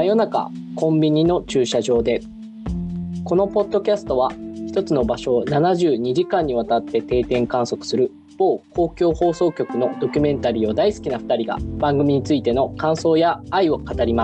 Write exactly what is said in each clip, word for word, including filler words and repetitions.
夜中コンビニの駐車場で。このポッドキャストは一つの場所をななじゅうにじかんにわたって定点観測する某公共放送局のドキュメンタリーを大好きなふたりが番組についての感想や愛を語ります。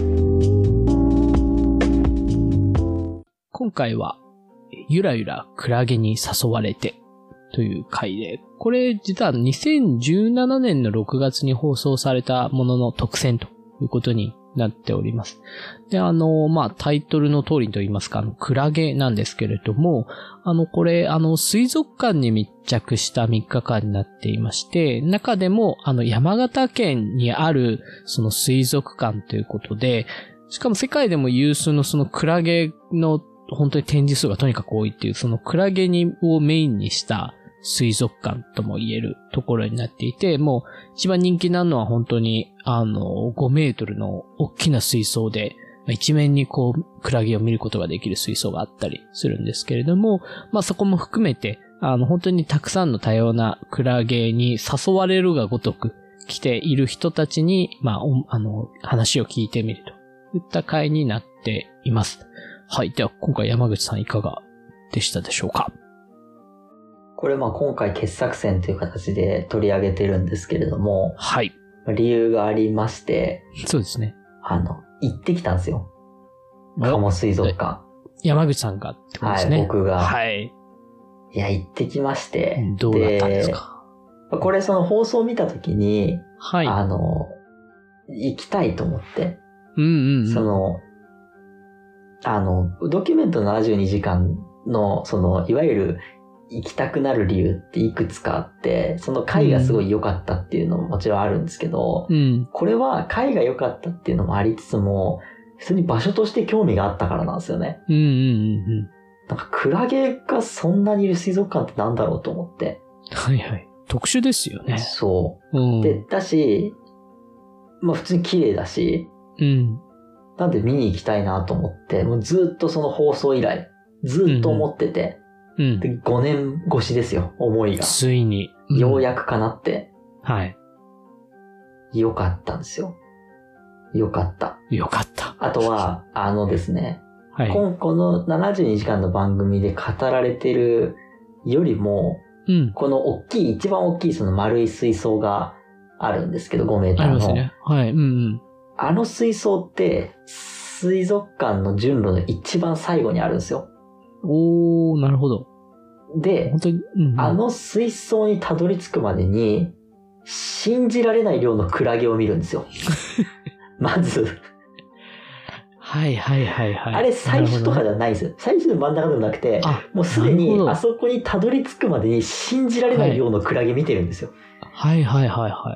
今回はゆらゆらクラゲに誘われてという回で、これ実はにせんじゅうななねんのろくがつに放送されたものの特選ということになっております。で、あの、まあ、タイトルの通りといいますか、あの、クラゲなんですけれども、あの、これ、あの、水族館に密着したみっかかんになっていまして、中でも、あの、山形県にある、その水族館ということで、しかも世界でも有数のそのクラゲの本当に展示数がとにかく多いっていう、そのクラゲにをメインにした水族館とも言えるところになっていて、もう一番人気なのは本当にあのごメートルの大きな水槽で一面にこうクラゲを見ることができる水槽があったりするんですけれども、まあそこも含めてあの本当にたくさんの多様なクラゲに誘われるがごとく来ている人たちにまああの話を聞いてみるといった回になっています。はい。では今回山口さんいかがでしたでしょうか？ これまあ今回傑作選という形で取り上げてるんですけれども、 はい。 理由がありまして、 そうですね。 あの、行ってきたんですよ。鴨水族館。 山口さんがってことですね。 はい、僕が。 はい。 いや、行ってきまして。 どうだったんですか？ これその放送を見たときに、 はい。 あの、行きたいと思って。 うんうん、うん。 その、あの、ドキュメントななじゅうにじかんの、その、いわゆる、行きたくなる理由っていくつかあって、その回がすごい良かったっていうのももちろんあるんですけど、 うん、 これは回が良かったっていうのもありつつも、普通に場所として興味があったからなんですよね。 うんうんうんうん。 なんかクラゲがそんなにいる水族館ってなんだろうと思って。 はいはい。特殊ですよね。 そう。 うん、 で、だし、まあ普通に綺麗だし、 うん。 なんで見に行きたいなと思って、もうずっとその放送以来、ずっと思ってて、 うん、 でごねん越しですよ、思いが。 ついに。 うん、ようやく叶って。 はい。 よかったんですよ。よかった。 よかった。 あとは、あのですね、 はい、 今このななじゅうにじかんの番組で語られてるよりも、 うん、 この大きい、一番大きいその丸い水槽があるんですけど、ごメーターの。 ありますね。はい。うんうん、 あの水槽って、水族館の順路の一番最後にあるんですよ。 おー、なるほど。 で、 本当に、うんうん、 あの水槽にたどり着くまでに、信じられない量のクラゲを見るんですよ。まず。 はいはいはいはい。 あれ最初とかじゃないんですよ。最初の真ん中でもなくて、もうすでにあそこにたどり着くまでに信じられない量のクラゲ見てるんですよ。 はいはいはいはい。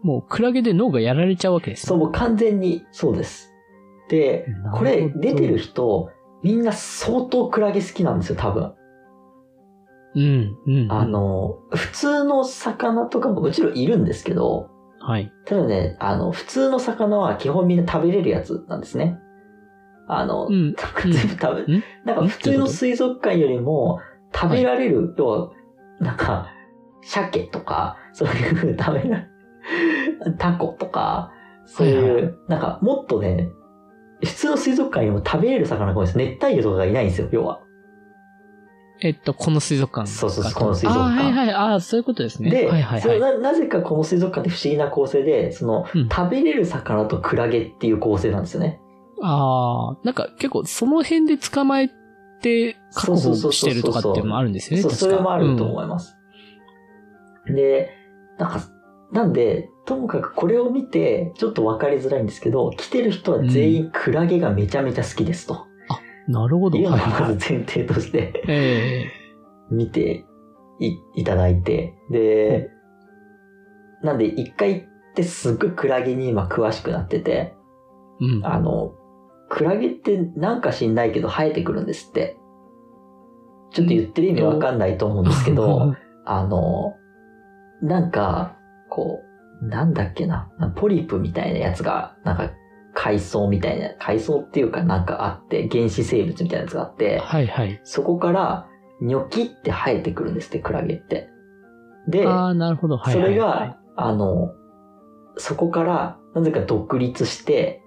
もうクラゲで脳がやられちゃうわけですね。 そう、もう完全にそうです。で、これ出てる人、みんな相当クラゲ好きなんですよ、多分。 うん、うん。 あの、普通の魚とかももちろんいるんですけど、 はい。 ただね、あの、普通の魚は基本みんな食べれるやつなんですね。あの、うん、全部食べ、うん、なんか普通の水族館よりも食べられる、要は、なんか、鮭とか、そういう風に食べられる、タコとか、そういう、はいはい、なんかもっとね、普通の水族館よりも食べれる魚が多いんです。熱帯魚とかがいないんですよ、要は。 えっと、この水族館。 そうそうそう、この水族館。 あはいはい、ああ、そういうことですね。 で、 はいはいはい、 な、なぜかこの水族館って不思議な構成で、その、うん、食べれる魚とクラゲっていう構成なんですよね。 ああ、なんか結構その辺で捕まえて確保してるとかっていうのもあるんですよね。 そう、それもあると思います。うん、で、なんか、なんで、ともかくこれを見て、ちょっとわかりづらいんですけど、来てる人は全員クラゲがめちゃめちゃ好きですと。うんなるほど。 いうのがまず前提としてえー、見て い, いただいて。で、うん、なんで一回行ってすっごいクラゲに今詳しくなってて、うん、あの、クラゲってなんか知んないけど生えてくるんですって。ちょっと言ってる意味わかんないと思うんですけど、うん、あの、なんか、こう、なんだっけな、ポリプみたいなやつが、なんか、海藻みたいな、海藻っていうかなんかあって、原始生物みたいなやつがあって、 はいはい。 そこからニョキって生えてくるんですって、クラゲって。で、 ああ、なるほど。はいはいはい、 それが、あの、そこからなぜか独立して、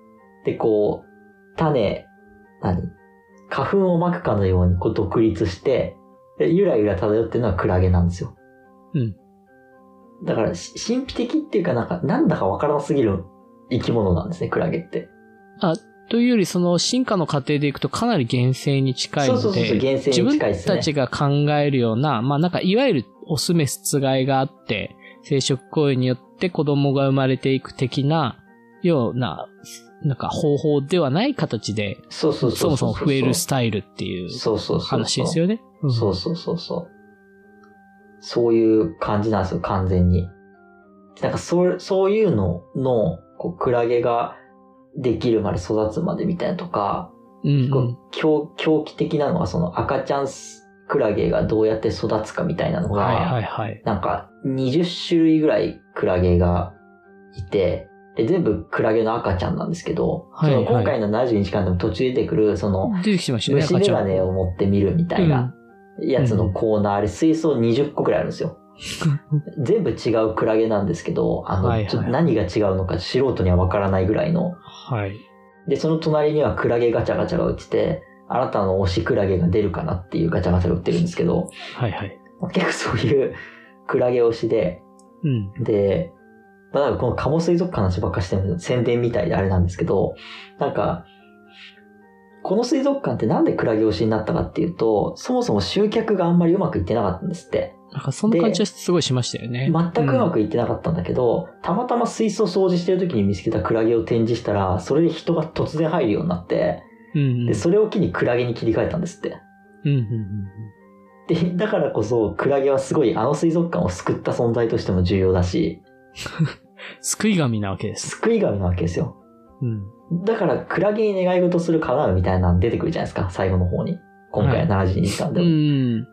で、こう、種、何花粉を巻くかのようにこう独立して、でゆらゆら漂ってるのはクラゲなんですよ。 うん。 だから、神秘的っていうかなんか、なんだかわからなすぎる生き物なんですね、クラゲって。 あ、というよりその進化の過程でいくとかなり原生に近いので、 そうそうそう、原生に近いですね。 自分たちが考えるような、まあなんかいわゆるオスメスつがいがあって、生殖行為によって子供が生まれていく的なような、なんか方法ではない形で、 そうそうそうそう。 そもそも増えるスタイルっていう話ですよね。 そうそうそうそう。そういう感じなんですよ、完全に。なんかそう、そういうのの、こう、クラゲができるまで育つまでみたいなとか、 うんうん、 狂, 狂気的なのはその赤ちゃんクラゲがどうやって育つかみたいなのが、 はいはいはい、 なんかにじゅっしゅるいぐらいクラゲがいて、で全部クラゲの赤ちゃんなんですけど、はいはい、その今回のななじゅうにじかんでも途中出てくる、その、 出てきてましたね、 虫眼鏡を持って見るみたいなやつのコーナーで水槽にじゅっこくらいあるんですよ。全部違うクラゲなんですけど、あの、はいはい、ちょっと何が違うのか素人にはわからないぐらいの。 はい。 で、その隣にはクラゲガチャガチャが売ってて、あなたの推しクラゲが出るかなっていうガチャガチャが売ってるんですけど、 はいはい。 結構そういうクラゲ推しで、 うん。 で、まあ、なんかこのカモ水族館の話ばっかしてる宣伝みたいであれなんですけど、なんか、この水族館ってなんでクラゲ推しになったかっていうと、そもそも集客があんまりうまくいってなかったんですって。 なんかそんな感じはすごいしましたよね。 全くうまくいってなかったんだけど、うん、たまたま水槽掃除してる時に見つけたクラゲを展示したら、それで人が突然入るようになって、 うんうん、 でそれを機にクラゲに切り替えたんですって。 うんうんうん、 でだからこそクラゲはすごいあの水族館を救った存在としても重要だし、 救い神なわけです。 救い神なわけですよ。 うん、 だからクラゲに願い事する叶うみたいなの出てくるじゃないですか、最後の方に。今回ななじゅうにじかんでも。 はい、うん、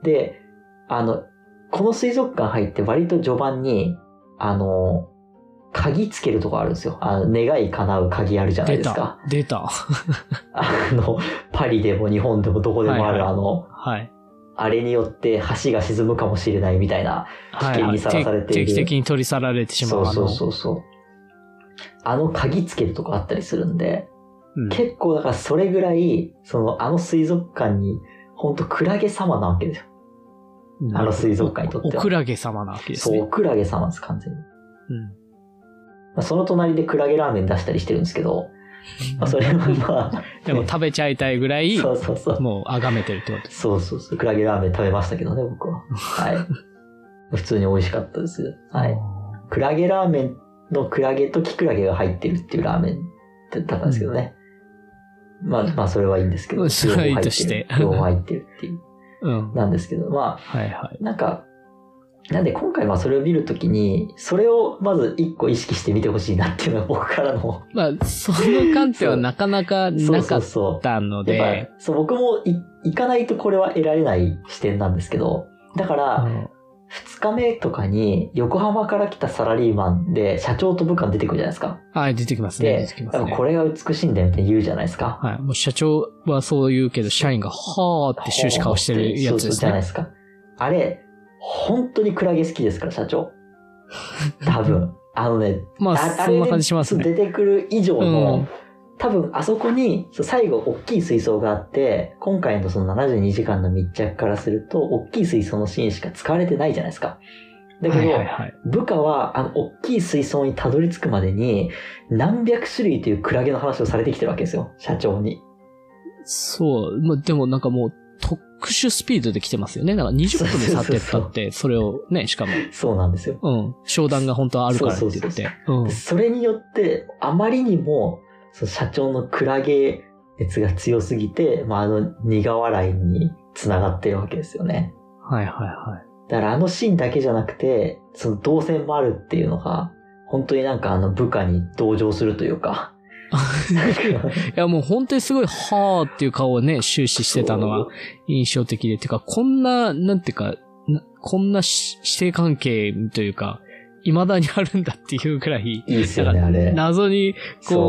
で、あの、この水族館入って割と序盤に、あの、鍵つけるとこあるんですよ。あの、願い叶う鍵あるじゃないですか。 出た。出た。 あの、パリでも日本でもどこでもある、はいはい、あの、 はい。 あれによって橋が沈むかもしれないみたいな危険にさらされている。はいはい、 定期的に取り去られてしまう。 そうそうそうそう。あの鍵つけるとこあったりするんで、うん、結構だからそれぐらい、その、あの水族館に、ほんとクラゲ様なわけですよ。あの水族館にとっては。 おクラゲ様なわけですね。 そう、おクラゲ様です、完全に。 うん。 まあ、その隣でクラゲラーメン出したりしてるんですけど、まあ、それはまあ、 でも食べちゃいたいぐらい、 そうそうそう。 もう崇めてるってことです。 そうそうそう。クラゲラーメン食べましたけどね、僕は。はい。普通に美味しかったです。はい。クラゲラーメンのクラゲとキクラゲが入ってるっていうラーメンだったんですけどね。うん、まあ、まあ、それはいいんですけど。 それはいいとして。 両方入ってるっていう。 うん。 なんですけど、まあ、 はいはい。 なんか、なんで今回まあそれを見るときに、それをまず一個意識して見てほしいなっていうのは僕からの。 まあ、その観点はなかなかなかったので。 そうそうそう。やっぱそう、僕もい行かないとこれは得られない視点なんですけど、だから、二日目とかに横浜から来たサラリーマンで社長と部下出てくるじゃないですか。 はい、出てきますね。 出てきますね。これが美しいんだよって言うじゃないですか。 はい。もう社長はそう言うけど、社員がはーって終始顔してるやつですね。そうそうじゃないですか。あれ、本当にクラゲ好きですから、社長。多分。あのね、 まあ、あそんな感じしますね。 出てくる以上の、うん、多分あそこに最後大きい水槽があって、今回のそのななじゅうにじかんの密着からすると、大きい水槽のシーンしか使われてないじゃないですか。だけど、はいはいはい、部下はあの大きい水槽にたどり着くまでに何百種類というクラゲの話をされてきてるわけですよ、社長に。 そう。まあ、でもなんかもう、特殊スピードで来てますよね。だからにじゅっぷんで去ってったって、それをね、しかも。 そうなんですよ。 うん。商談が本当はあるからって言って。そうそうそううん、それによって、あまりにも、その社長のクラゲ熱が強すぎて、まあ、あの苦笑いに繋がってるわけですよね。 はいはいはい。 だからあのシーンだけじゃなくて、その動線もあるっていうのが、本当になんかあの部下に同情するというか、 いやもう本当にすごいはーっていう顔をね終始してたのは印象的で、てかこんななんていうかこんな師弟関係というか未だにあるんだっていうくらいいいですよねあれ謎にこう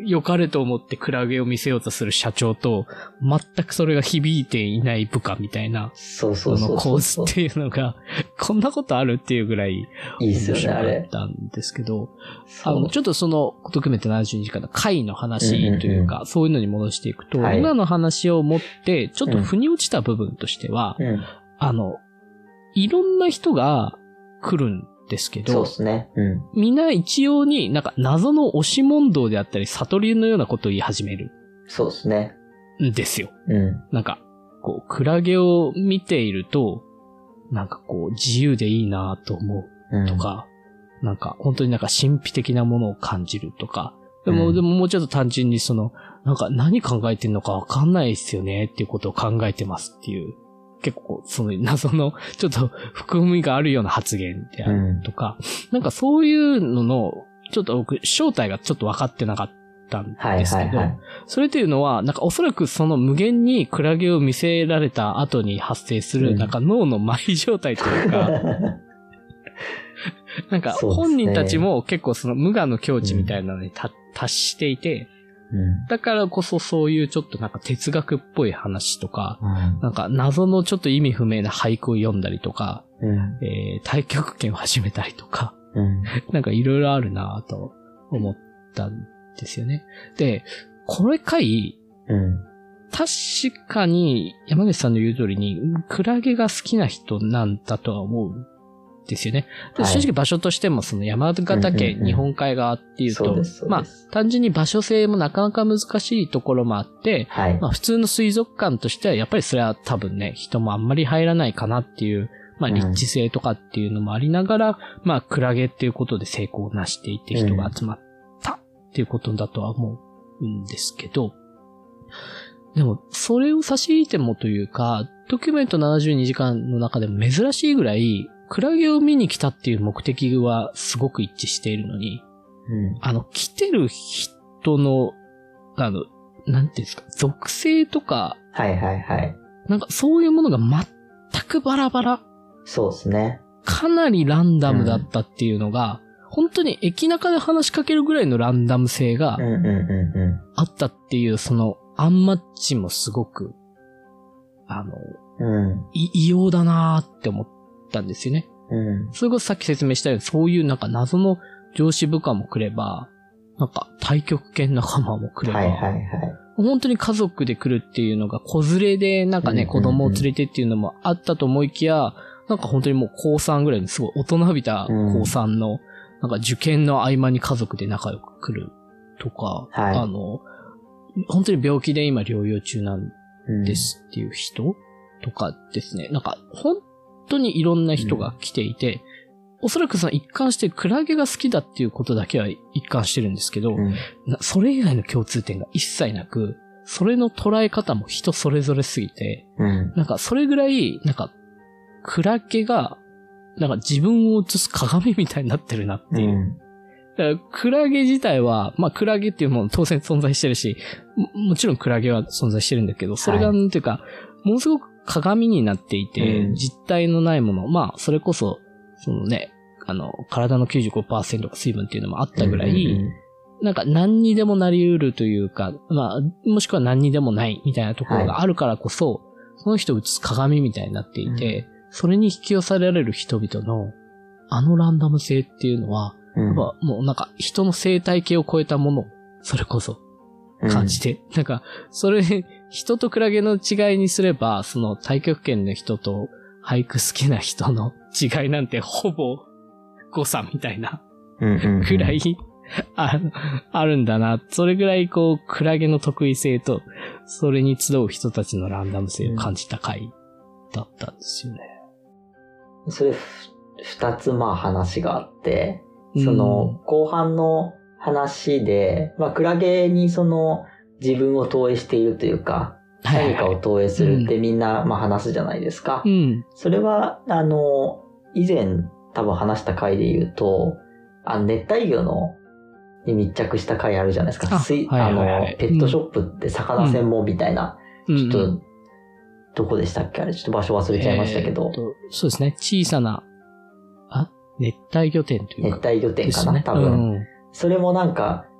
良かれと思ってクラゲを見せようとする社長と、全くそれが響いていない部下みたいな、 そうそうそうそう。 その構図っていうのが、こんなことあるっていうぐらい、 いいっすよね、あれ。 面白かったんですけど、あの、ちょっとその、ドキュメントななじゅうにじかんの回の話というか、うんうんうん、そういうのに戻していくと、はい、今の話を持って、ちょっと腑に落ちた部分としては、うん、あの、いろんな人が来るんですけど、 そうですね。うん。 みんな一様になんか謎の押し問答であったり、悟りのようなことを言い始める。 そうですね。 んですよ。 うん。 なんか、こう、クラゲを見ていると、なんかこう、自由でいいなと思うとか、うん、なんか本当になんか神秘的なものを感じるとか、でも、うん、でももうちょっと単純にその、なんか何考えてんのかわかんないですよねっていうことを考えてますっていう。結構、その謎の、ちょっと含みがあるような発言であるとか、うん、なんかそういうのの、ちょっと僕、正体がちょっと分かってなかったんですけど、はいはいはい、それというのは、なんかおそらくその無限にクラゲを見せられた後に発生する、なんか脳の麻痺状態というか、うん、なんか本人たちも結構その無我の境地みたいなのに達していて、うん、だからこそそういうちょっとなんか哲学っぽい話とか、うん、なんか謎のちょっと意味不明な俳句を読んだりとか、うん、えー、太極拳を始めたりとか、うん、なんかいろいろあるなぁと思ったんですよね。で、これ回、うん、確かに山口さんの言う通りにクラゲが好きな人なんだとは思う。ですよね。で、正直場所としてもその山形県、うんうんうん、日本海側っていうと、まあ単純に場所性もなかなか難しいところもあって、はい、まあ普通の水族館としてはやっぱりそれは多分ね、人もあんまり入らないかなっていう、まあ立地性とかっていうのもありながら、うん、まあクラゲっていうことで成功を成していて人が集まったっていうことだとは思うんですけど、でもそれを差し引いてもというか、ドキュメントななじゅうにじかんの中でも珍しいぐらい、クラゲを見に来たっていう目的はすごく一致しているのに、うん、あの、来てる人の、あの、なんていうんですか、属性とか、 はいはいはい。 なんかそういうものが全くバラバラ。 そうですね。 かなりランダムだったっていうのが、うん、本当に駅中で話しかけるぐらいのランダム性があったっていう、そのアンマッチもすごく、あの、うん、異様だなーって思って、たんですよね。うん。それこそさっき説明したように、そういうなんか謎の上司部下も来れば、なんか太極拳仲間も来れば、はいはいはい。本当に家族で来るっていうのが、子連れでなんかね、うんうんうん、子供を連れてっていうのもあったと思いきや、なんか本当にもう高さんぐらいのすごい大人びた高さんの、うん、なんか受験の合間に家族で仲良く来るとか、はい、あの、本当に病気で今療養中なんですっていう人、うん、とかですね。なんか本本当にいろんな人が来ていて、うん、おそらくその一貫してクラゲが好きだっていうことだけは一貫してるんですけど、うん、それ以外の共通点が一切なく、それの捉え方も人それぞれすぎて、うん、なんかそれぐらい、なんかクラゲが、なんか自分を映す鏡みたいになってるなっていう。うん、だからクラゲ自体は、まあクラゲっていうもの当然存在してるし、も, もちろんクラゲは存在してるんだけど、それがなんていうか、はい、ものすごく鏡になっていて、うん、実体のないもの。まあ、それこそ、そのね、あの、体の きゅうじゅうごパーセント が水分っていうのもあったぐらい、うんうんうん、なんか何にでもなり得るというか、まあ、もしくは何にでもないみたいなところがあるからこそ、はい、その人を映す鏡みたいになっていて、うん、それに引き寄せられる人々の、あのランダム性っていうのは、うん、やっぱもうなんか人の生態系を超えたもの、それこそ、感じて、うん、なんか、それ、人とクラゲの違いにすれば、その太極拳の人と俳句好きな人の違いなんてほぼ誤差みたいなくらいあ、あるんだな。それぐらいこう、クラゲの得意性と、それに集う人たちのランダム性を感じた回だったんですよね。 それ、二つまあ話があって、その後半の話で、まあクラゲにその、自分を投影しているというか、何かを投影するってみんな、まあ話すじゃないですか。うん、それは、あの、以前多分話した回で言うと、あの熱帯魚のに密着した回あるじゃないですか。水、あの、ペットショップって魚専門みたいな、うん、ちょっと、どこでしたっけあれ、ちょっと場所忘れちゃいましたけど。えー、 そうですね。小さな、あ熱帯魚店というか。 熱帯魚店かな、ね、多分、うん。それもなんか、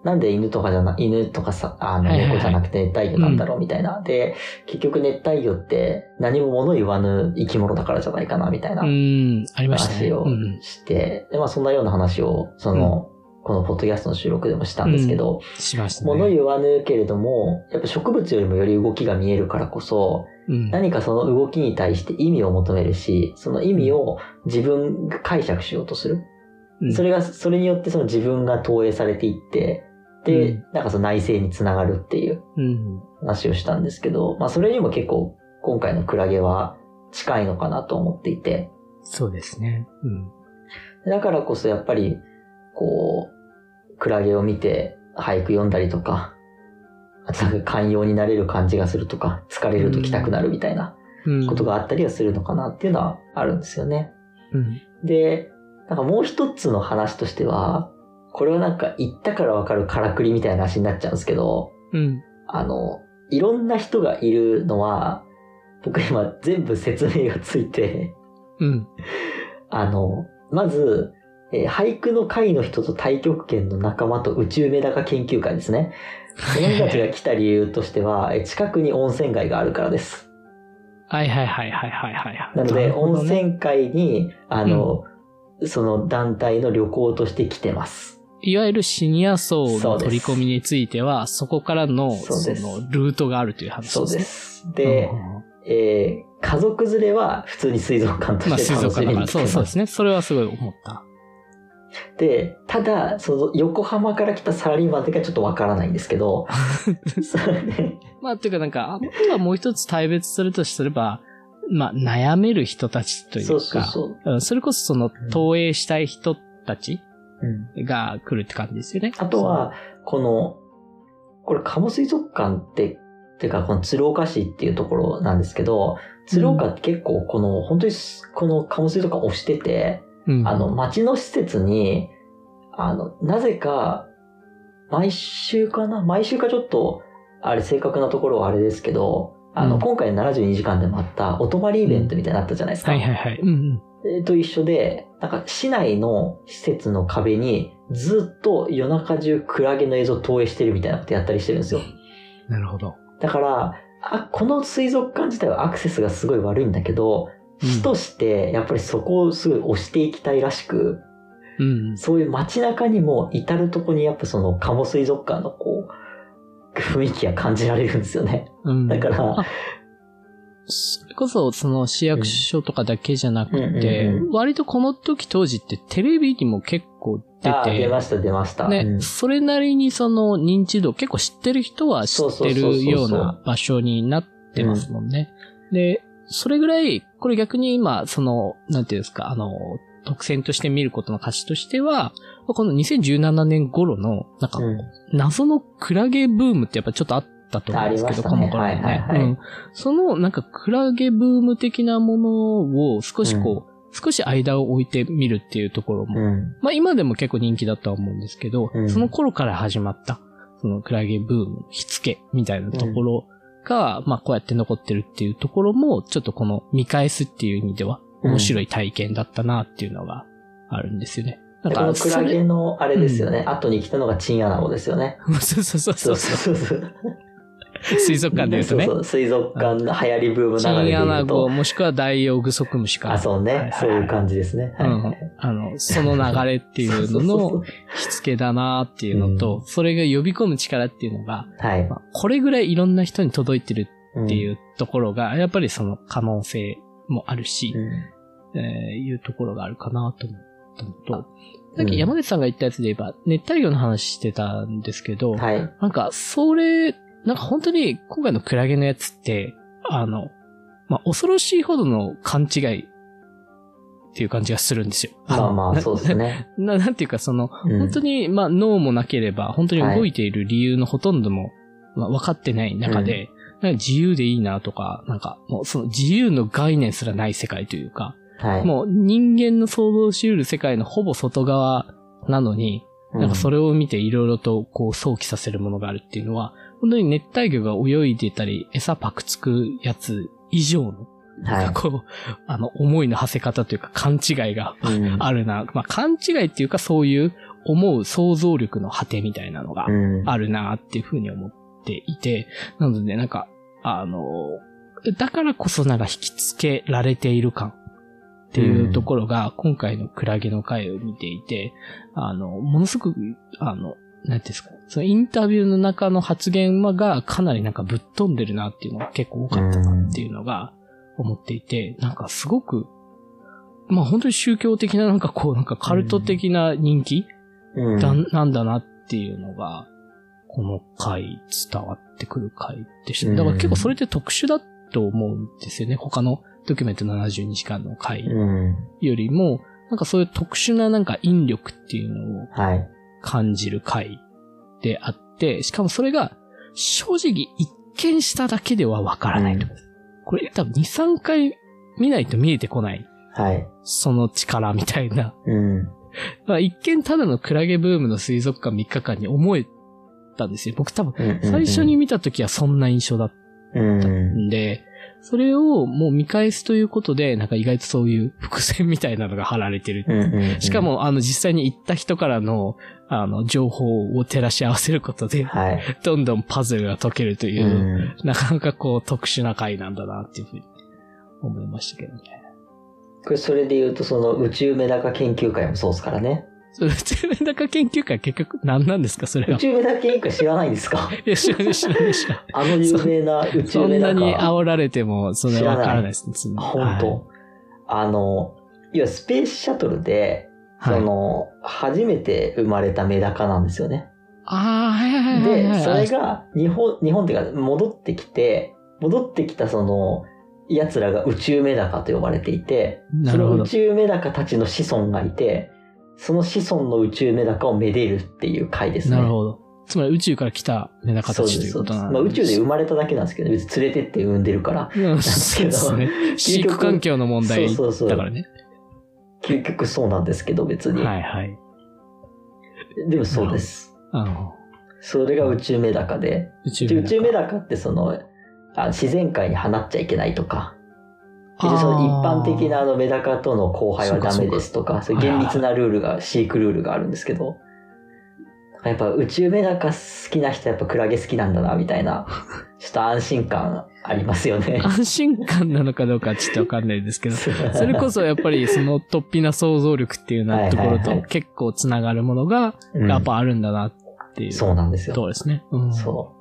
なんで犬とかじゃな、犬とかさ、あの、猫じゃなくて熱帯魚なんだろうみたいな。で、結局熱帯魚って何も物言わぬ生き物だからじゃないかなみたいな話をして、で、まあそんなような話を、その、このポッドキャストの収録でもしたんですけど、 しましたね。 物言わぬけれども、やっぱ植物よりもより動きが見えるからこそ、何かその動きに対して意味を求めるし、その意味を自分が解釈しようとする。それが、それによってその自分が投影されていって、で、うん、なんかその内省につながるっていう話をしたんですけど、まあそれにも結構今回のクラゲは近いのかなと思っていて。 そうですね。うん、 だからこそやっぱり、こう、クラゲを見て俳句読んだりとか、あとなんか寛容になれる感じがするとか、疲れると来たくなるみたいなことがあったりはするのかなっていうのはあるんですよね。 うん、 で、なんかもう一つの話としては、これはなんか言ったからわかるからくりみたいな話になっちゃうんですけど、 うん、 あの、いろんな人がいるのは、僕今全部説明がついて、 うん、 あの、まず、えー、俳句の会の人と太極拳の仲間と宇宙メダカ研究会ですね。その人たちが来た理由としては、近くに温泉街があるからです。 はいはいはいはいはいはい。 なので、ね、温泉街に、あの、うん、その団体の旅行として来てます。 いわゆるシニア層の取り込みについては、そこからの、その、ルートがあるという話ですね。 そうです。で、うん、えー、家族連れは普通に水族館として楽しみに来てます。まあ、水族館だから、 そうそうですね。それはすごい思った。 で、ただ、その、横浜から来たサラリーマンだけはちょっとわからないんですけど、それでまあ、というかなんか、あとはもう一つ大別するとすれば、まあ、悩める人たちというか、そうそうそう、それこそその、投影したい人たち、が来るって感じですよね。 あとは、この、これ、鴨水族館って、っていうか、この鶴岡市っていうところなんですけど、鶴岡って結構、この、本当に、この鴨水族館を推してて、うん、あの、町の施設に、あの、なぜか、毎週かな毎週かちょっと、あれ、正確なところはあれですけど、あの、うん、今回のななじゅうにじかんでもあった、お泊まりイベントみたいになったじゃないですか。 うん、はいはいはい。うんうんと一緒で、なんか市内の施設の壁にずっと夜中中クラゲの映像を投影してるみたいなことやったりしてるんですよ。 なるほど。 だから、あ、この水族館自体はアクセスがすごい悪いんだけど、うん、市としてやっぱりそこをすごい押していきたいらしく、 うん、 そういう街中にも至るとこにやっぱその鴨水族館のこう、雰囲気が感じられるんですよね。 うん、 だから、 それこそ、その市役所とかだけじゃなくて、うんうんうんうん、割とこの時当時ってテレビにも結構出て、 あ、出ました出ました。 ね、 うん、 それなりにその認知度、結構知ってる人は知ってるような場所になってますもんね。うん、で、それぐらい、これ逆に今、その、なんていうんですか、あの、特選として見ることの価値としては、このにせんじゅうななねん頃の、なんか、謎のクラゲブームってやっぱちょっとあって、だと思うんですけど、 ね、 この頃ね、はいはいはい、うん。そのなんかクラゲブーム的なものを少しこう、うん、少し間を置いてみるっていうところも、うん、まあ今でも結構人気だとは思うんですけど、うん、その頃から始まった、そのクラゲブームの火付けみたいなところが、うん、まあこうやって残ってるっていうところも、ちょっとこの見返すっていう意味では面白い体験だったなっていうのがあるんですよね。 なんかこのクラゲのあれですよね、うん、後に来たのがチンアナゴですよね。 そうそうそうそう。 そうそうそう水族館で言うとね。 そうそう、水族館の流行りブームながらで言うと。 チンアナゴもしくはダイオウグソクムシか。 あ、そうね、はいはいはい。そういう感じですね。はいはい、 うん。あの、その流れっていうのの火付けだなっていうのと、うん、それが呼び込む力っていうのが、 はいまあ、これぐらいいろんな人に届いてるっていうところが、やっぱりその可能性もあるし、うんえー、いうところがあるかなと思ったのと、さっき山口さんが言ったやつで言えば、熱帯魚の話してたんですけど、 はい、 なんか、それ、なんか本当に今回のクラゲのやつって、あの、まあ、恐ろしいほどの勘違いっていう感じがするんですよ。 まあまあ、そうですね。 な、なんていうかその、うん、本当に、まあ脳もなければ、本当に動いている理由のほとんども、まあ、分かってない中で、うん、なんか自由でいいなとか、なんかもうその自由の概念すらない世界というか、 はい、 もう人間の想像し得る世界のほぼ外側なのに、なんかそれを見ていろいろとこう想起させるものがあるっていうのは、本当に熱帯魚が泳いでたり、餌パクつくやつ以上の、はい、こう、あの、思いの馳せ方というか勘違いがあるな。うん、まあ勘違いっていうかそういう思う想像力の果てみたいなのがあるなっていうふうに思っていて、なのでなんか、あの、だからこそなんか引きつけられている感っていうところが今回のクラゲの回を見ていて、あの、ものすごく、あの、なんていうんですかね、そのインタビューの中の発言がかなりなんかぶっ飛んでるなっていうのが結構多かったなっていうのが思っていて、なんかすごく、まあ本当に宗教的ななんかこうなんかカルト的な人気、うん、だなんだなっていうのが、この回伝わってくる回でした。だから結構それって特殊だと思うんですよね。他のドキュメントななじゅうにじかんの回よりも、なんかそういう特殊ななんか引力っていうのを感じる回であって、しかもそれが正直一見しただけではわからないと、うん。これ多分に、さんかい見ないと見えてこない。 はい。 その力みたいな。 うん。 まあ一見ただのクラゲブームの水族館みっかかんに思えたんですよ。僕多分最初に見た時はそんな印象だったんで、うん、それをもう見返すということで、なんか意外とそういう伏線みたいなのが貼られてる。うんうんうん、しかもあの実際に行った人からのあの情報を照らし合わせることで、はい、どんどんパズルが解けるという、うん、なかなかこう特殊な回なんだなっていうふうに思いましたけどね。 これそれで言うとその宇宙メダカ研究会もそうですからね。 宇宙メダカ研究会結局何なんですかそれは。 宇宙メダカ研究会知らないんですか？ いや、知らない、知らない、知らない。 あの有名な宇宙メダカ。 そんなに煽られても、それはわからないですね。 本当、はい、あの、いわゆるスペースシャトルで、その、はい、初めて生まれたメダカなんですよね。 ああ、はいはいはい、はい。 で、それが日本、日本っていうか戻ってきて、戻ってきたその、奴らが宇宙メダカと呼ばれていて、その宇宙メダカたちの子孫がいて、その子孫の宇宙メダカをめでるっていう回ですね。 なるほど。つまり宇宙から来たメダカたちということなんです。 まあ宇宙で生まれただけなんですけど、別に連れてって産んでるから。なんですけど。そうですね。 飼育環境の問題だからね。そうそうそう。 究極そうなんですけど、別に。 はいはい。 でもそうです。 あのそれが宇宙メダカで。宇宙メダカ。宇宙メダカってその、あ自然界に放っちゃいけないとか、その一般的なあのメダカとの交配はダメですとか、そういう厳密なルールが、飼育ルールがあるんですけど、やっぱ宇宙メダカ好きな人はやっぱクラゲ好きなんだな、みたいな、ちょっと安心感ありますよね。 安心感なのかどうかちょっとわかんないですけど、それこそやっぱりその突飛な想像力っていうなところと結構つながるものがやっぱあるんだなっていう、うん。そうなんですよ。そうですね。うん、 そう。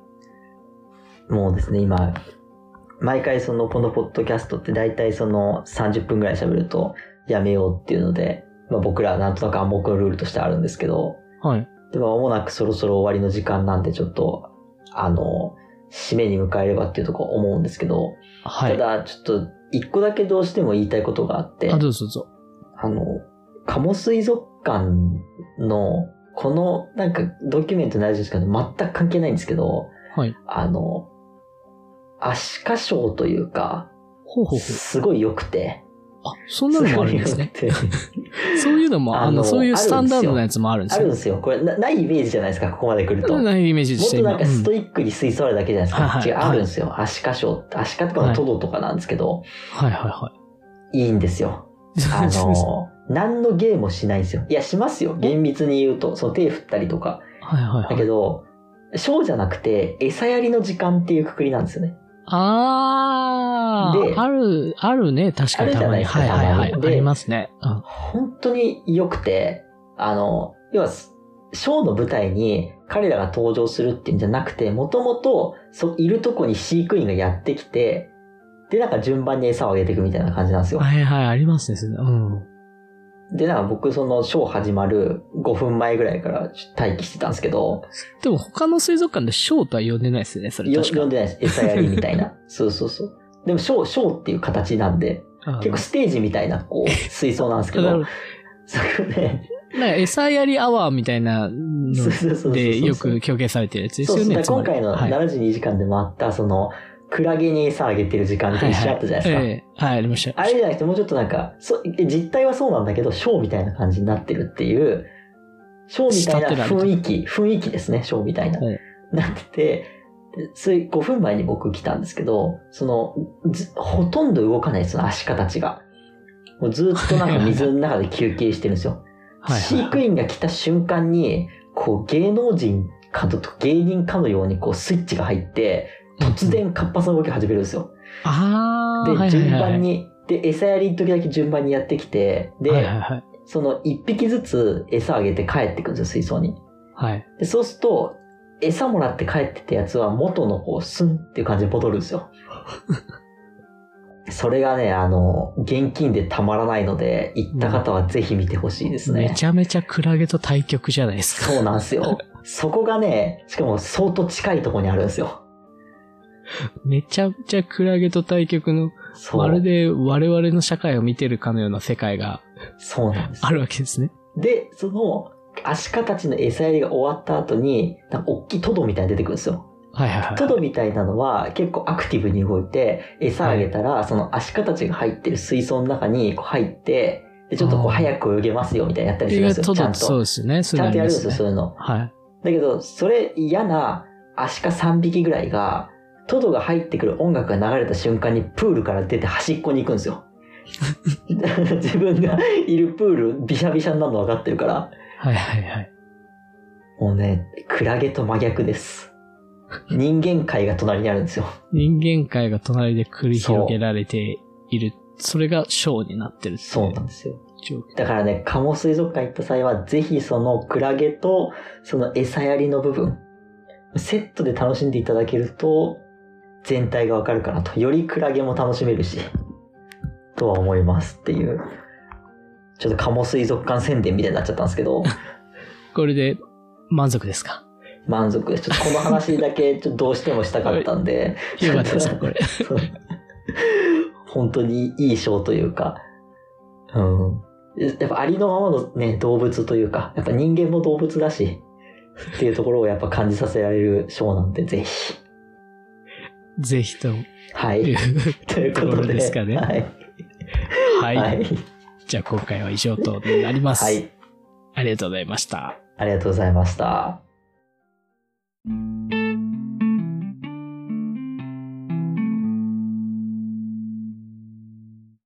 もうですね、今、毎回そのこのポッドキャストって大体そのさんじゅっぷんぐらい喋るとやめようっていうので、まあ僕らなんとなく暗黙のルールとしてあるんですけど、 はい。 でも間もなくそろそろ終わりの時間なんでちょっと、あの、締めに迎えればっていうところ思うんですけど、はい。ただちょっと一個だけどうしても言いたいことがあって、 あ、どうぞどうぞ。 あの、鴨水族館のこのなんかドキュメントの内容ですけど全く関係ないんですけど、 はい。 あの、アシカショーというか、 ほうほうほうすごい良くて。 あ、そんなのもあるんですね。そういうのも、あの、あのそういうスタンダードなやつもあるんですよ。 あるんですよ。これな、ないイメージじゃないですか、ここまで来ると。 ないイメージでした。 もっとなんかストイックに水槽あるだけじゃないですか。うん、違う、あるんですよ。はい、アシカショーって、アシカとかのトドとかなんですけど。 はいはいはい。 いいんですよ。あの、何の芸もしないんですよ。いや、しますよ。厳密に言うと。その手振ったりとか。 はいはいはい。 だけど、ショーじゃなくて、餌やりの時間っていうくくりなんですよね。 ああ、で、ある、あるね、確かに。あるじゃないですか。はいはいはい。ありますね、うん。 本当に良くて、あの、要は、ショーの舞台に彼らが登場するっていうんじゃなくて、もともと、そ、いるとこに飼育員がやってきて、で、なんか順番に餌をあげていくみたいな感じなんですよ。 はいはい、ありますね、うん。 で、なんか僕、その、ショー始まるごふんまえぐらいから待機してたんですけど。 でも他の水族館でショーとは呼んでないですよね、それ確か。 呼んでないです。餌やりみたいな。そうそうそう。でも、ショー、ショーっていう形なんで、結構ステージみたいな、こう、水槽なんですけど。そこで。 なんか餌やりアワーみたいなのでよく表現されてるやつですよね。 そうそうそう。今回のななじゅうにじかんでもあった、その、クラゲに餌あげてる時間と一緒だったじゃないですか。はい、はいえー、はい、ありました。あれじゃなくてもうちょっとなんか、そ実態はそうなんだけど、ショーみたいな感じになってるっていう、ショーみたいな雰囲気、雰囲気ですね、ショーみたいな。はい、なってて、それごふんまえに僕来たんですけど、その、ほとんど動かないですよ、アシカたちが。もうずっとなんか水の中で休憩してるんですよ。 はいはいはい、飼育員が来た瞬間に、こう芸能人かと芸人かのようにこうスイッチが入って、突然活発な動きを始めるんですよ。 あで、順番に、で、餌やりの時だけ順番にやってきて、で、はいはいはい、その一匹ずつ餌あげて帰ってくるんですよ、水槽に。 はい。 で、そうすると、餌もらって帰ってたやつは元のこう、スンっていう感じで戻るんですよ。それがね、あの、現金でたまらないので、行った方はぜひ見てほしいですね。 めちゃめちゃクラゲと対局じゃないですか。 そうなんですよ。そこがね、しかも相当近いところにあるんですよ。 めちゃめちゃクラゲと対局の、まるで我々の社会を見てるかのような世界が、 そうなんです。 あるわけですね。 で、その、アシカたちの餌やりが終わった後に、なんか大きいトドみたいに出てくるんですよ。 はいはいはい。 トドみたいなのは結構アクティブに動いて、餌あげたら、はい、そのアシカたちが入ってる水槽の中にこう入って、でちょっとこう早く泳げますよみたいなやったりするんですよ。ちゃんと。 そうですね。 ちゃんとやるんですよ、そういうの。 はい。 だけど、それ嫌なアシカさんびきぐらいが、トドが入ってくる音楽が流れた瞬間にプールから出て端っこに行くんですよ。自分がいるプールビシャビシャになるの分かってるから。 はいはいはい。 もうね、クラゲと真逆です。人間界が隣にあるんですよ。 人間界が隣で繰り広げられている。そ, それがショーになってるっていう。 そうなんですよ。だからね、カモ水族館行った際は、ぜひそのクラゲとその餌やりの部分、セットで楽しんでいただけると、全体がわかるかなと。よりクラゲも楽しめるし、とは思いますっていう。ちょっとカモ水族館宣伝みたいになっちゃったんですけど。 これで満足ですか？ 満足です。ちょっとこの話だけちょっとどうしてもしたかったんで。 よかったですか、これ。 本当にいいショーというか。うん。やっぱありのままのね、動物というか、やっぱ人間も動物だし、っていうところをやっぱ感じさせられるショーなんで、ぜひ。 ぜひと。 はい。ということで。 ですかね。 はい。 はい。はい、じゃあ今回は以上となります。 はい。 ありがとうございました。 ありがとうございました。